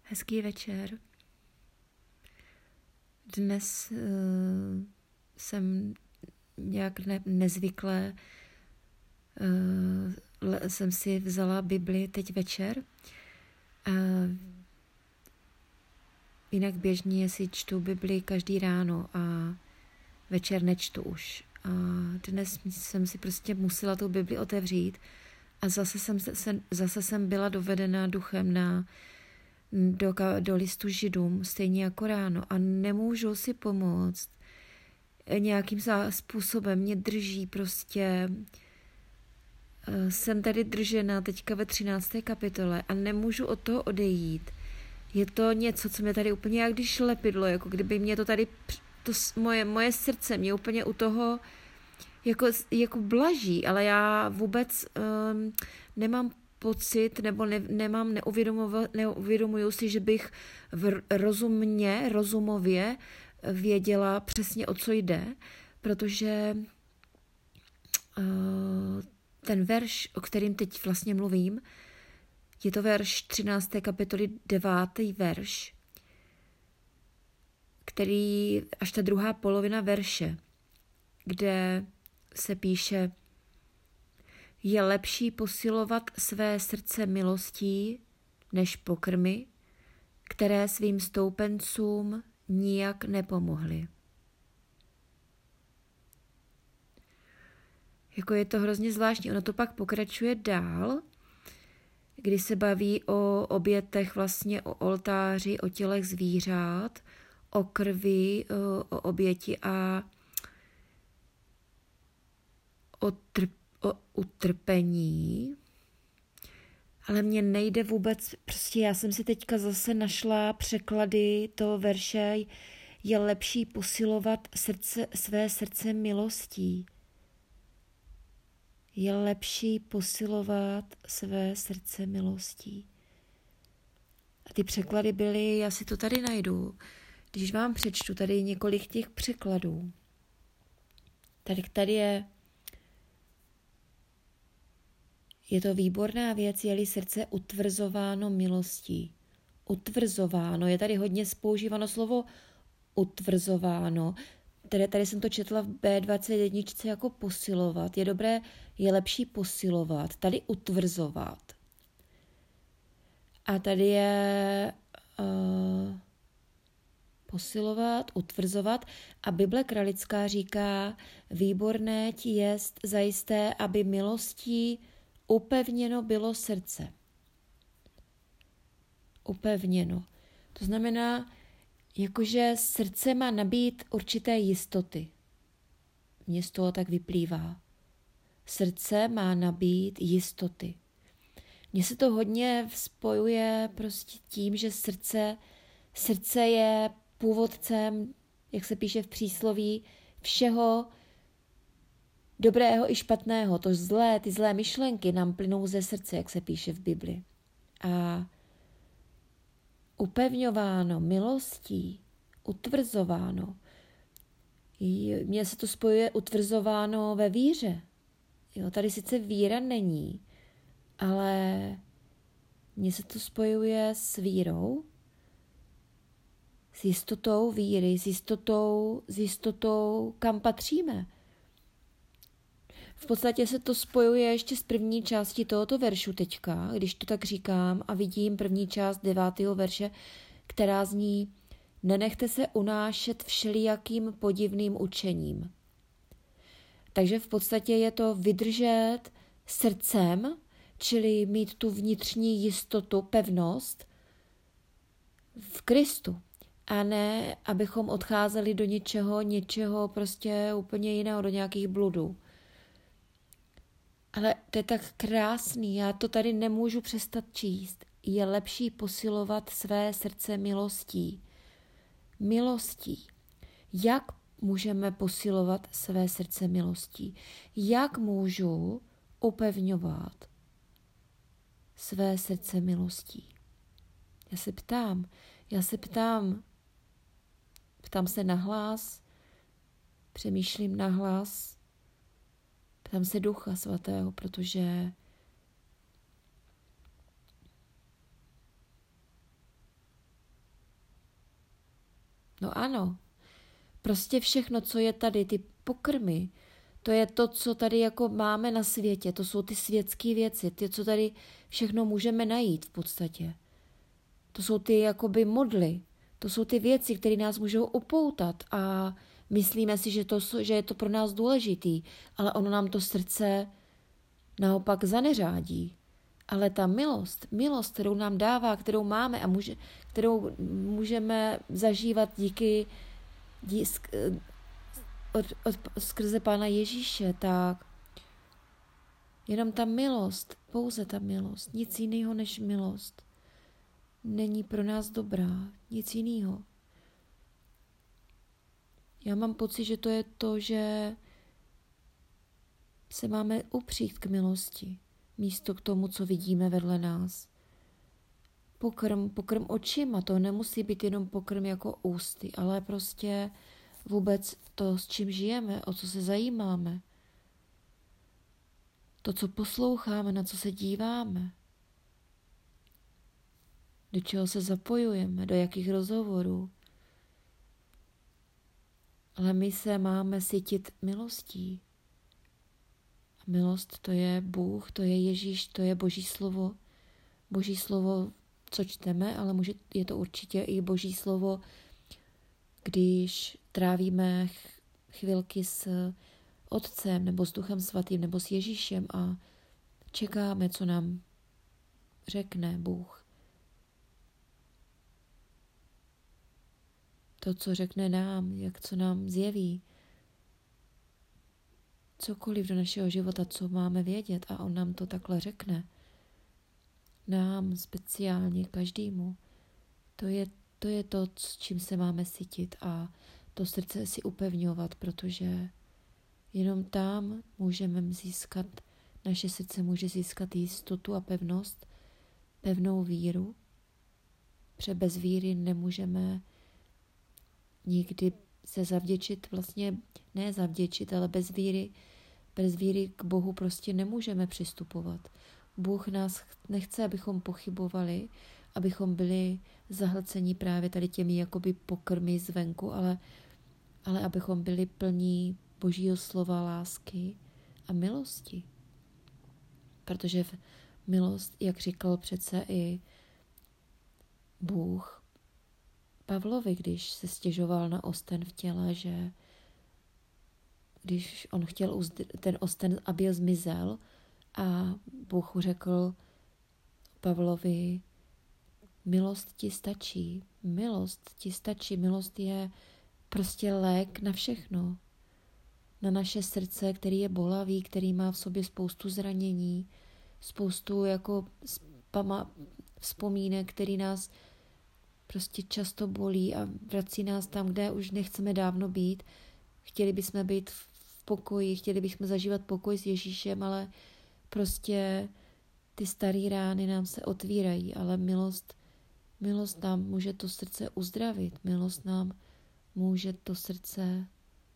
Hezký večer. Dnes jsem nějak nezvykle jsem si vzala Bibli teď večer. Jinak běžně si čtu Bibli každý ráno a večer nečtu už. A dnes jsem si prostě musela tu Bibli otevřít a zase jsem byla dovedena duchem do listu Židům, stejně jako ráno, a nemůžu si pomoct. Nějakým způsobem mě drží prostě. Jsem tady držena teďka ve 13. kapitole a nemůžu od toho odejít. Je to něco, co mě tady úplně jak když lepidlo, jako kdyby mě to tady, moje srdce mě úplně u toho jako blaží, ale já vůbec nemám pocit, nebo neuvědomuju si, že bych rozumově věděla přesně, o co jde, protože ten verš, o kterým teď vlastně mluvím, je to verš 13. kapitoly 9. verš, který až ta druhá polovina verše, kde se píše: je lepší posilovat své srdce milostí než pokrmy, které svým stoupencům nijak nepomohly. Jako je to hrozně zvláštní. Ono to pak pokračuje dál, kdy se baví o obětech, vlastně o oltáři, o tělech zvířat, o krvi, o oběti a o utrpení. Ale mně nejde vůbec, prostě já jsem si teďka zase našla překlady toho verše: je lepší posilovat své srdce milostí. Je lepší posilovat své srdce milostí. A ty překlady byly, já si to tady najdu, když vám přečtu tady několik těch překladů. Tady je to výborná věc, je-li srdce utvrzováno milostí. Utvrzováno, je tady hodně používáno slovo utvrzováno. Tady jsem to četla v B21 jako posilovat. Je dobré, je lepší posilovat, tady utvrzovat. A tady je posilovat, utvrzovat. A Bible kralická říká: výborné ti jest zajisté, aby milostí upevněno bylo srdce. Upevněno. To znamená, jakože srdce má nabít určité jistoty. Mně z toho tak vyplývá. Srdce má nabít jistoty. Mně se to hodně spojuje prostě tím, že srdce je původcem, jak se píše v přísloví, všeho dobrého i špatného. To zlé, ty zlé myšlenky nám plynou ze srdce, jak se píše v Bibli. A upevňováno milostí, utvrzováno. Mně se to spojuje utvrzováno ve víře. Jo, tady sice víra není, ale mně se to spojuje s vírou, s jistotou víry, s jistotou, kam patříme. V podstatě se to spojuje ještě s první částí tohoto veršu teďka, když to tak říkám a vidím první část 9. verše, která zní: nenechte se unášet všelijakým podivným učením. Takže v podstatě je to vydržet srdcem, čili mít tu vnitřní jistotu, pevnost v Kristu. A ne, abychom odcházeli do něčeho prostě úplně jiného, do nějakých bludů. Ale to je tak krásný, já to tady nemůžu přestat číst. Je lepší posilovat své srdce milostí. Milostí. Jak můžeme posilovat své srdce milostí? Jak můžu upevňovat své srdce milostí? Já se ptám se nahlas, přemýšlím nahlas, ptám se Ducha Svatého, protože No ano, prostě všechno, co je tady, ty pokrmy, to je to, co tady jako máme na světě, to jsou ty světské věci, ty, co tady všechno můžeme najít v podstatě. To jsou ty jakoby modly, to jsou ty věci, které nás můžou upoutat a myslíme si, že je to pro nás důležitý, ale ono nám to srdce naopak zaneřádí. Ale ta milost, kterou nám dává, kterou máme a kterou můžeme zažívat skrze Pána Ježíše, tak jenom ta milost, pouze ta milost, nic jiného než milost, není pro nás dobrá, nic jiného. Já mám pocit, že to je to, že se máme upřít k milosti, místo k tomu, co vidíme vedle nás. Pokrm očima, to nemusí být jenom pokrm jako ústy, ale prostě vůbec to, s čím žijeme, o co se zajímáme. To, co posloucháme, na co se díváme. Do čeho se zapojujeme, do jakých rozhovorů. Ale my se máme sytit milostí. A milost to je Bůh, to je Ježíš, to je Boží slovo. Boží slovo, co čteme, ale je to určitě i Boží slovo, když trávíme chvilky s Otcem nebo s Duchem Svatým nebo s Ježíšem a čekáme, co nám řekne Bůh. To, co řekne nám, co nám zjeví. Cokoliv do našeho života, co máme vědět a on nám to takhle řekne. Nám speciálně, každému. To je to, s čím se máme sytit a to srdce si upevňovat, protože jenom tam můžeme získat, naše srdce může získat jistotu a pevnost, pevnou víru, protože bez víry nemůžeme nikdy se zavděčit, vlastně ne zavděčit, ale bez víry k Bohu prostě nemůžeme přistupovat. Bůh nás nechce, abychom pochybovali, abychom byli zahlceni právě tady těmi jakoby pokrmy zvenku, ale abychom byli plní Božího slova, lásky a milosti. Protože v milost, jak říkal přece i Bůh Pavlovi, když se stěžoval na osten v těle, že když on chtěl ten osten, aby zmizel, a Bůh mu řekl Pavlovi, milost ti stačí, milost je prostě lék na všechno. Na naše srdce, který je bolavý, který má v sobě spoustu zranění, spoustu jako vzpomínek, který nás prostě často bolí a vrací nás tam, kde už nechceme dávno být. Chtěli bychom být v pokoji, chtěli bychom zažívat pokoj s Ježíšem, ale prostě ty staré rány nám se otvírají, ale milost nám může to srdce uzdravit, milost nám může to srdce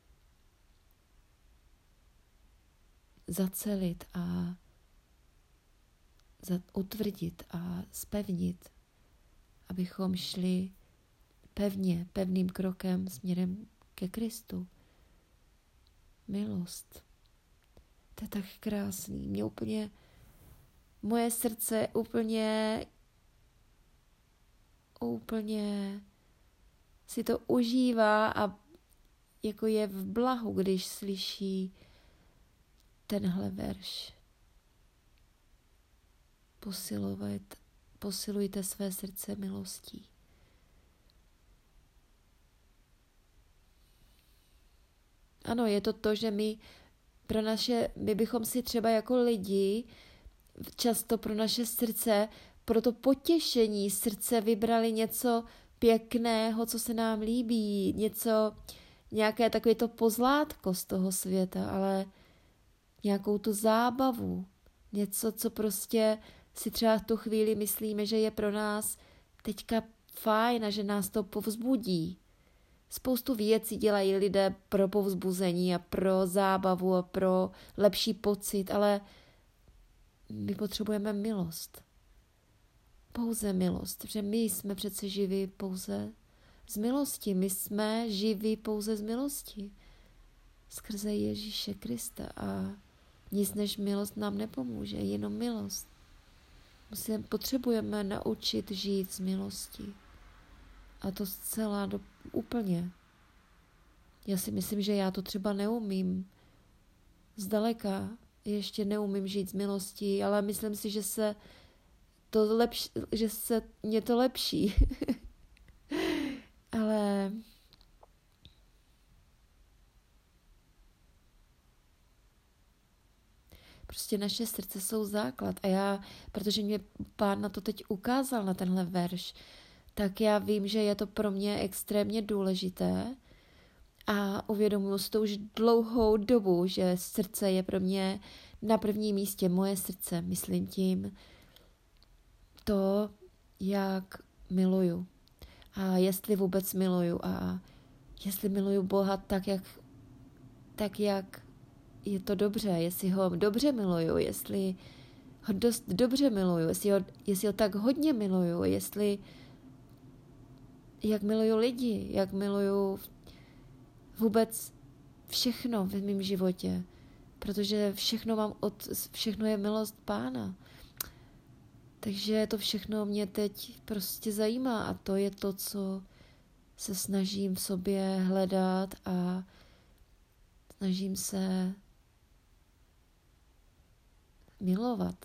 zacelit a utvrdit a zpevnit, abychom šli pevným krokem směrem ke Kristu. Milost. To je tak krásný. Moje srdce úplně si to užívá a jako je v blahu, když slyší tenhle verš. Posilujte své srdce milostí. Ano, je to, že my bychom si třeba jako lidi často pro naše srdce, pro to potěšení srdce vybrali něco pěkného, co se nám líbí, nějaké takové to pozlátko z toho světa, ale nějakou tu zábavu, něco, co prostě si třeba v tu chvíli myslíme, že je pro nás teďka fajn a že nás to povzbudí. Spoustu věcí dělají lidé pro povzbuzení a pro zábavu a pro lepší pocit, ale my potřebujeme milost. Pouze milost, protože my jsme přece živi pouze z milosti. My jsme živí pouze z milosti. Skrze Ježíše Krista a nic než milost nám nepomůže, jenom milost. Potřebujeme naučit žít z milosti. A to zcela úplně. Já si myslím, že já to třeba neumím. Zdaleka ještě neumím žít z milostí, ale myslím si, že mě to lepší. Ale prostě naše srdce jsou základ a protože mě Pán na to teď ukázal, na tenhle verš, tak já vím, že je to pro mě extrémně důležité a uvědomuji si to už dlouhou dobu, že srdce je pro mě na prvním místě, moje srdce, myslím tím to, jak miluju a jestli vůbec miluju a jestli miluju Boha tak, jak je to dobře, jestli ho dobře miluju, jestli ho dost dobře miluju, jestli ho tak hodně miluju, jak miluju lidi, jak miluju vůbec všechno v mém životě, protože všechno je milost Pána. Takže to všechno mě teď prostě zajímá a to je to, co se snažím v sobě hledat a snažím se milovat.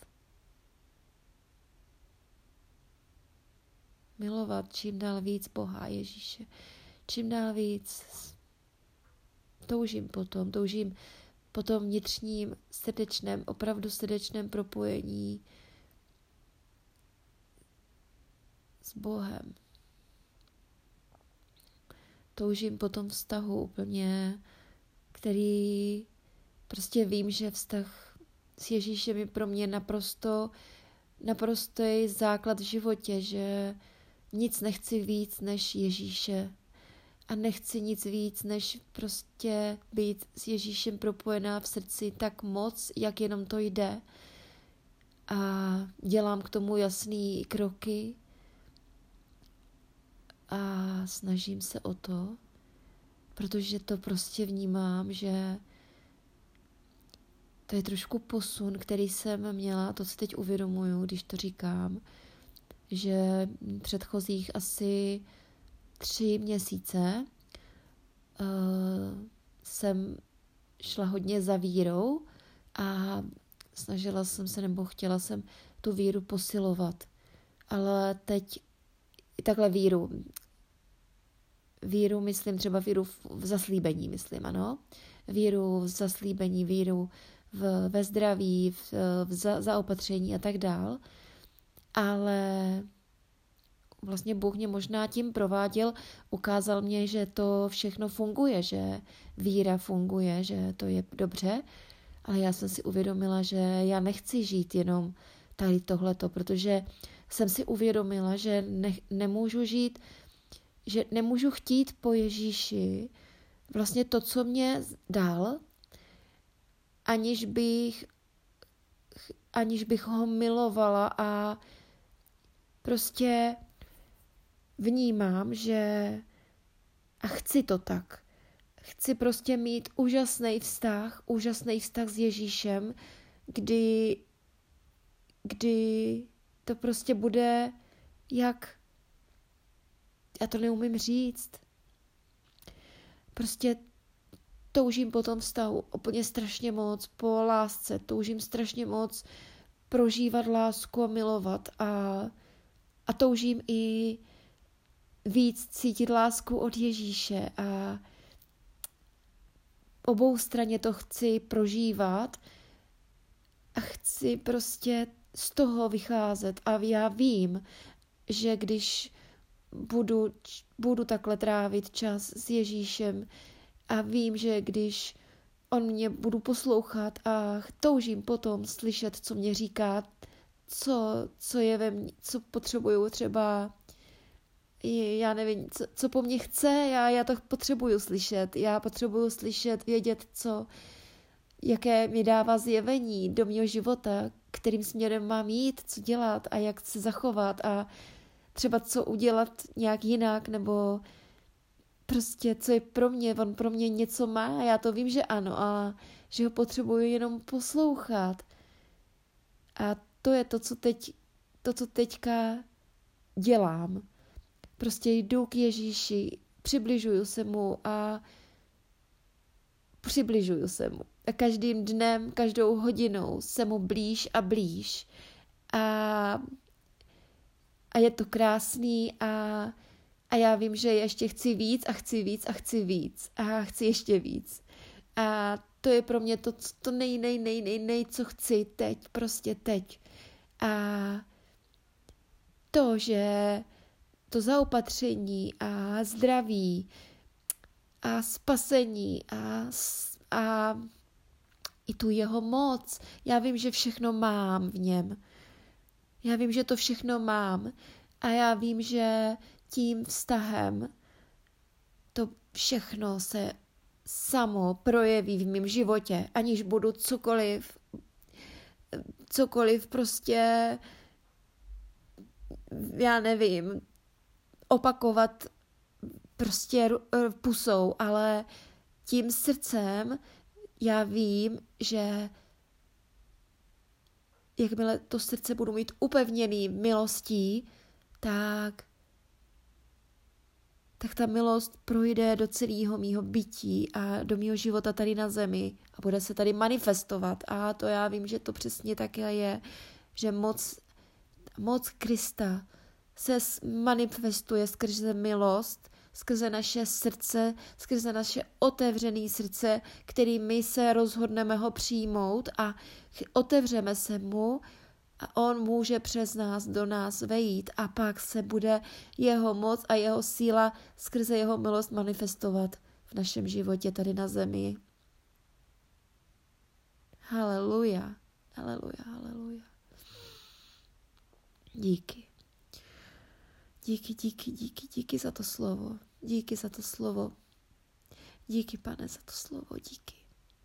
Milovat čím dál víc Boha Ježíše. Čím dál víc toužím po tom vnitřním srdečném, opravdu srdečném propojení s Bohem. Toužím po tom vztahu úplně, který prostě vím, že vztah s Ježíšem je pro mě naprostý základ v životě, že nic nechci víc než Ježíše a nechci nic víc, než prostě být s Ježíšem propojená v srdci tak moc, jak jenom to jde. A dělám k tomu jasný kroky a snažím se o to, protože to prostě vnímám, že to je trošku posun, který jsem měla, to si teď uvědomuju, když to říkám, že předchozích asi 3 měsíce jsem šla hodně za vírou a snažila jsem se, nebo chtěla jsem tu víru posilovat. Ale teď takhle víru myslím, třeba víru v zaslíbení, myslím, ano. Víru v zaslíbení, víru ve zdraví, v zaopatření a tak dál. Ale vlastně Bůh mě možná tím prováděl, ukázal mě, že to všechno funguje, že víra funguje, že to je dobře, ale já jsem si uvědomila, že já nechci žít jenom tady tohleto, protože jsem si uvědomila, že nemůžu žít, že nemůžu chtít po Ježíši vlastně to, co mě dal, aniž bych ho milovala a prostě vnímám, že a chci to tak. Chci prostě mít úžasný vztah s Ježíšem, kdy to prostě bude jak, já to neumím říct. Prostě toužím po tom vztahu úplně strašně moc, po lásce, toužím strašně moc prožívat lásku a milovat a toužím i víc cítit lásku od Ježíše a obou straně to chci prožívat a chci prostě z toho vycházet a já vím, že když budu takhle trávit čas s Ježíšem a vím, že když on mě budu poslouchat a toužím potom slyšet, co mě říká, co je ve mně, co potřebuju třeba, já nevím, co po mně chce, já to potřebuju slyšet, vědět, jaké mi dává zjevení do mého života, kterým směrem mám jít, co dělat a jak se zachovat a třeba co udělat nějak jinak, nebo prostě, co je pro mě, on pro mě něco má, já to vím, že ano, a že ho potřebuji jenom poslouchat. A to je to, co teďka dělám. Prostě jdu k Ježíši, přibližuju se mu. A každým dnem, každou hodinou se mu blíž a blíž. A je to krásný a já vím, že ještě chci víc a chci víc a chci víc a chci ještě víc. A to je pro mě to nej, co chci teď, prostě teď. A to, že to zaopatření a zdraví a spasení a i tu jeho moc, já vím, že všechno mám v něm. Já vím, že to všechno mám a já vím, že tím vztahem to všechno se samo projeví v mém životě, aniž budu cokoliv prostě, já nevím, opakovat prostě pusou, ale tím srdcem já vím, že jakmile to srdce budu mít upevněný milostí, tak ta milost projde do celého mýho bytí a do mýho života tady na zemi a bude se tady manifestovat. A to já vím, že to přesně také je, že moc Krista se manifestuje skrze milost, skrze naše srdce, skrze naše otevřené srdce, kterým my se rozhodneme ho přijmout a otevřeme se mu a on může přes nás do nás vejít a pak se bude jeho moc a jeho síla skrze jeho milost manifestovat v našem životě tady na zemi. Haleluja, haleluja, haleluja. Díky. Díky za to slovo. Díky za to slovo. Díky, Pane, za to slovo. Díky.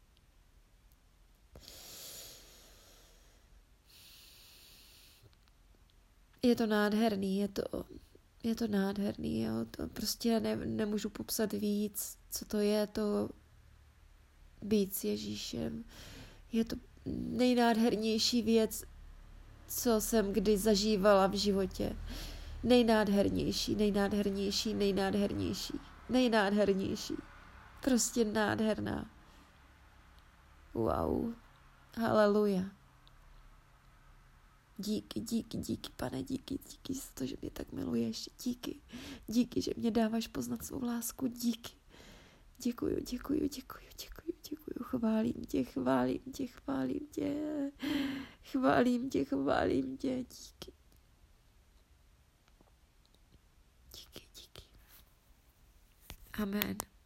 Je to nádherný, je to nádherný, jo. To prostě nemůžu popsat víc, co to je to být s Ježíšem. Je to nejnádhernější věc, co jsem kdy zažívala v životě. Nejnádhernější. Prostě nádherná. Wow. Haleluja. Díky, Pane, díky za to, že mě tak miluješ. Díky, že mě dáváš poznat svou lásku. Díky. Děkuju. Chválím tě. Díky. Amen.